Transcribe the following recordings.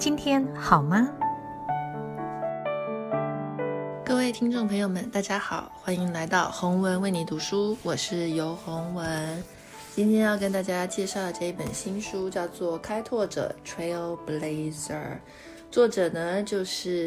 今天好吗？ 各位听众朋友们，大家好，欢迎来到洪文为你读书，我是游洪文。今天要跟大家介绍的这一本新书叫做《开拓者 Trailblazer》，作者呢就是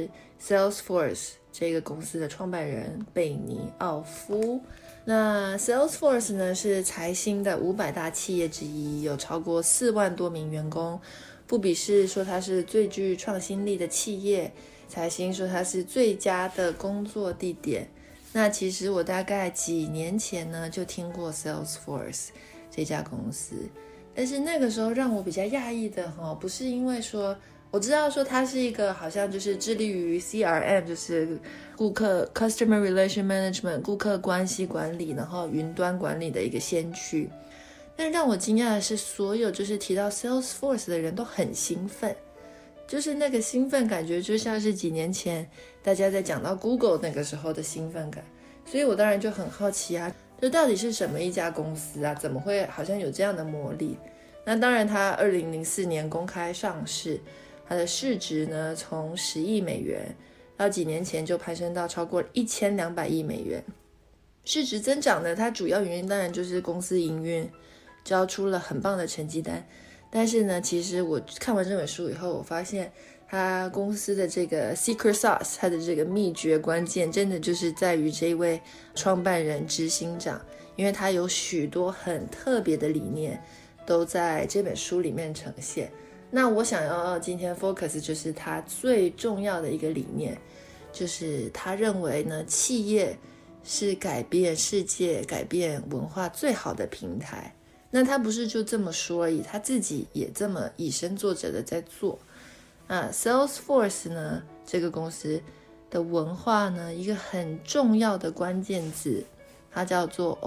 Salesforce 这个公司的创办人贝尼奥夫。那 Salesforce 呢是财新的500大企业之一，有超过4万多名员工，不比是说它是最具创新力的企业，财新说它是最佳的工作地点。那其实我大概几年前呢就听过 Salesforce 这家公司，但是那个时候让我比较讶异的不是因为说我知道说它是一个好像就是致力于 CRM， 就是顾客 Customer Relation Management 顾客关系管理，然后云端管理的一个先驱。但让我惊讶的是，所有就是提到 Salesforce 的人都很兴奋，就是那个兴奋感觉就像是几年前大家在讲到 Google 那个时候的兴奋感。所以我当然就很好奇啊，这到底是什么一家公司啊，怎么会好像有这样的魔力？那当然它2004年公开上市，它的市值呢从10亿美元到几年前就攀升到超过1200亿美元。市值增长呢，它主要原因当然就是公司营运交出了很棒的成绩单，但是呢其实我看完这本书以后，我发现他公司的这个 secret sauce， 他的这个秘诀关键真的就是在于这位创办人执行长，因为他有许多很特别的理念都在这本书里面呈现。那我想要今天 focus 就是他最重要的一个理念，就是他认为呢，企业是改变世界改变文化最好的平台。那他不是就这么说而已，他自己也这么以身作则的在做。Salesforce 呢，这个公司的文化呢，一个很重要的关键字，它叫做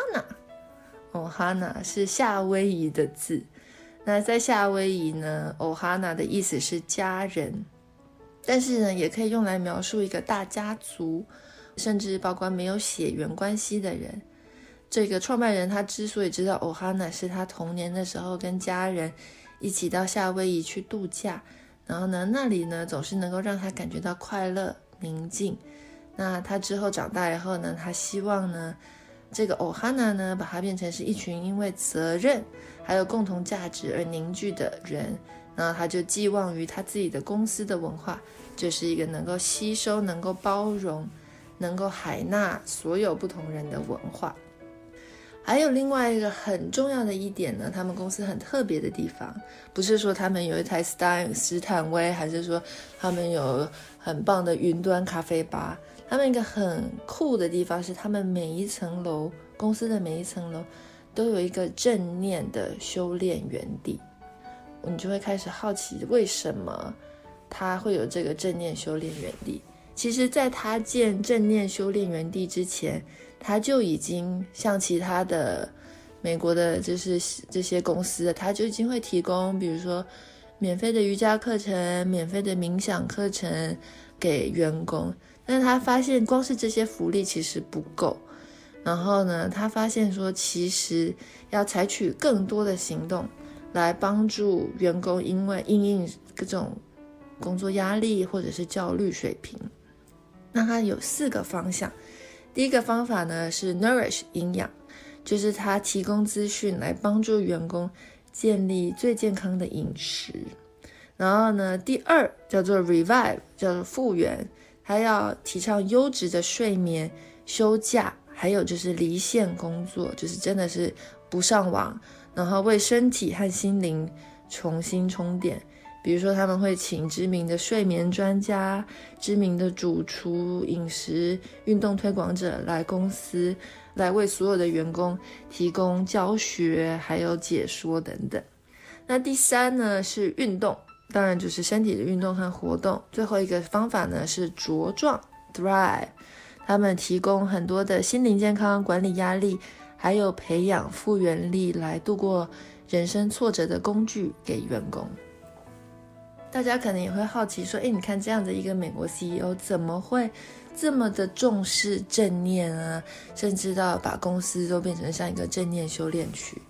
Ohana。Ohana 是夏威夷的字。那在夏威夷呢， Ohana 的意思是家人，但是呢，也可以用来描述一个大家族，甚至包括没有血缘关系的人。这个创办人他之所以知道 Ohana， 是他童年的时候跟家人一起到夏威夷去度假，然后呢，那里呢总是能够让他感觉到快乐宁静。那他之后长大以后呢，他希望呢这个 Ohana 呢把它变成是一群因为责任还有共同价值而凝聚的人，然后他就寄望于他自己的公司的文化，就是一个能够吸收能够包容能够海纳所有不同人的文化。还有另外一个很重要的一点呢，他们公司很特别的地方，不是说他们有一台斯坦威，还是说他们有很棒的云端咖啡吧，他们一个很酷的地方是他们每一层楼，公司的每一层楼都有一个正念的修炼园地。你就会开始好奇为什么他会有这个正念修炼园地。其实在他建正念修炼园地之前，他就已经像其他的美国的就是这些公司，他就已经会提供比如说免费的瑜伽课程，免费的冥想课程给员工。但是他发现光是这些福利其实不够，然后呢他发现说其实要采取更多的行动来帮助员工因应各种工作压力或者是焦虑水平。那它有4个方向。第一个方法呢是 Nourish 营养，就是它提供资讯来帮助员工建立最健康的饮食。然后呢，第2叫做 Revive， 叫做复原，它要提倡优质的睡眠、休假，还有就是离线工作，就是真的是不上网，然后为身体和心灵重新充电。比如说他们会请知名的睡眠专家、知名的主厨、饮食运动推广者来公司，来为所有的员工提供教学还有解说等等。那第3呢是运动，当然就是身体的运动和活动。最后一个方法呢是茁壮 Thrive， 他们提供很多的心灵健康、管理压力还有培养复原力来度过人生挫折的工具给员工。大家可能也会好奇说，你看这样的一个美国 CEO 怎么会这么的重视正念啊，甚至到把公司都变成像一个正念修炼区。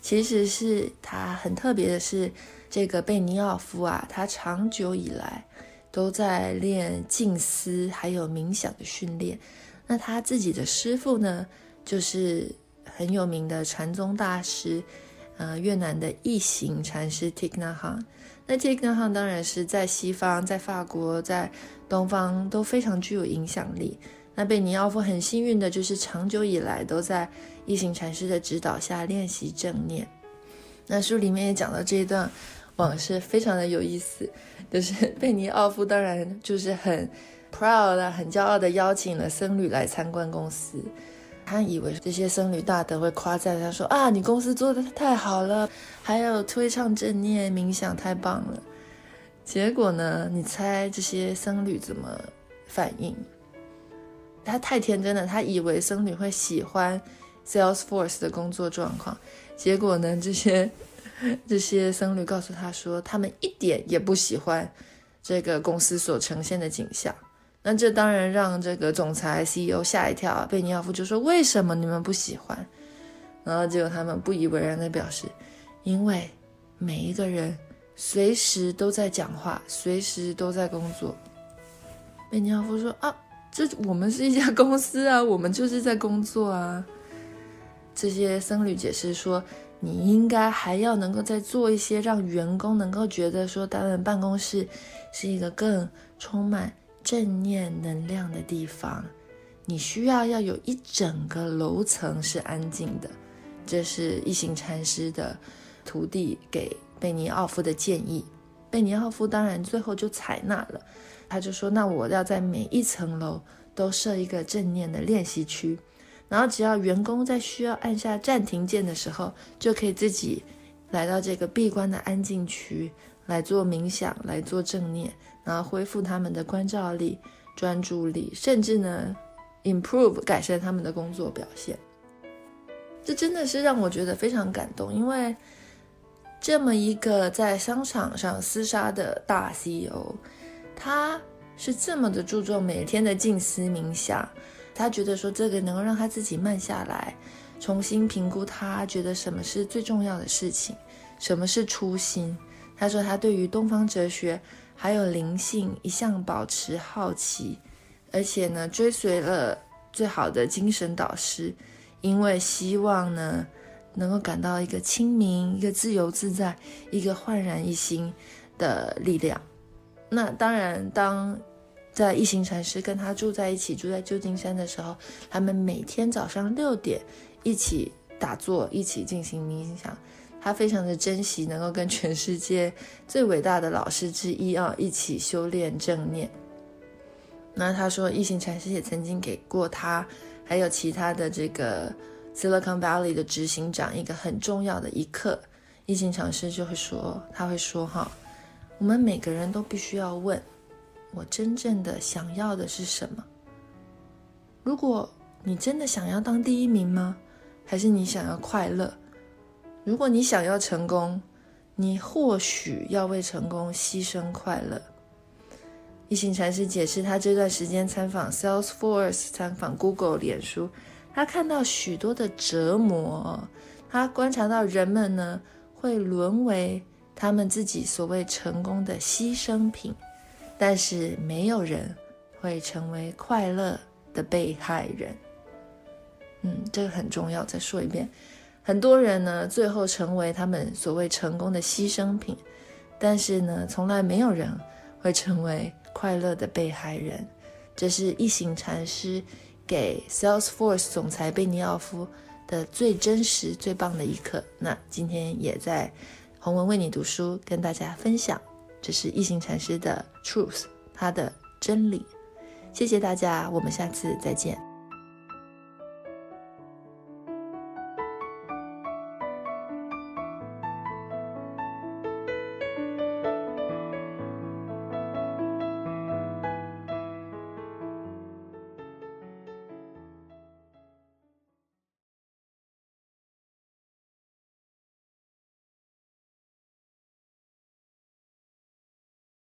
其实是他很特别的是，这个贝尼奥夫啊，他长久以来都在练静思还有冥想的训练。那他自己的师父呢，就是很有名的禅宗大师，越南的一行禅师 Thich Nhat Hanh。那 Thich Nhat Hanh 当然是在西方、在法国、在东方都非常具有影响力。那贝尼奥夫很幸运的就是长久以来都在一行禅师的指导下练习正念。那书里面也讲到这一段往事非常的有意思，就是贝尼奥夫当然就是很 proud 的、很骄傲的邀请了僧侣来参观公司。他以为这些僧侣大德会夸赞他说啊，你公司做得太好了，还有推倡正念冥想太棒了。结果呢，你猜这些僧侣怎么反应？他太天真了，他以为僧侣会喜欢 Salesforce 的工作状况。结果呢，这些僧侣告诉他说，他们一点也不喜欢这个公司所呈现的景象。那这当然让这个总裁 CEO 吓一跳，贝尼奥夫就说，为什么你们不喜欢？然后结果他们不以为然的表示，因为每一个人随时都在讲话，随时都在工作。贝尼奥夫说啊，我们是一家公司啊，我们就是在工作啊。这些僧侣解释说，你应该还要能够再做一些让员工能够觉得说他们办公室是一个更充满正念能量的地方，你需要有一整个楼层是安静的。这是一行禅师的徒弟给贝尼奥夫的建议。贝尼奥夫当然最后就采纳了，他就说，那我要在每一层楼都设一个正念的练习区，然后只要员工在需要按下暂停键的时候，就可以自己来到这个闭关的安静区来做冥想，来做正念，然后恢复他们的关照力、专注力，甚至呢 improve 改善他们的工作表现。这真的是让我觉得非常感动，因为这么一个在商场上厮杀的大 CEO， 他是这么的注重每天的静思冥想。他觉得说这个能够让他自己慢下来，重新评估他觉得什么是最重要的事情，什么是初心。他说他对于东方哲学还有灵性一向保持好奇，而且呢追随了最好的精神导师，因为希望呢能够感到一个清明、一个自由自在、一个焕然一新的力量。那当然，当在一行禅师跟他住在一起，住在旧金山的时候，他们每天早上6点一起打坐，一起进行冥想。他非常的珍惜能够跟全世界最伟大的老师之一一起修炼正念。那他说一行禅师也曾经给过他还有其他的这个 Silicon Valley 的执行长一个很重要的一课。一行禅师就会说，他会说我们每个人都必须要问，我真正的想要的是什么？如果你真的想要当第一名吗？还是你想要快乐？如果你想要成功，你或许要为成功牺牲快乐。一行禅师解释，他这段时间参访 Salesforce， 参访 Google 脸书，他看到许多的折磨，他观察到人们呢会沦为他们自己所谓成功的牺牲品，但是没有人会成为快乐的被害人。这个很重要，再说一遍。很多人呢最后成为他们所谓成功的牺牲品，但是呢从来没有人会成为快乐的被害人。这是一行禅师给 Salesforce 总裁贝尼奥夫的最真实最棒的一课。那今天也在洪文为你读书跟大家分享，这是一行禅师的 truth， 他的真理。谢谢大家，我们下次再见。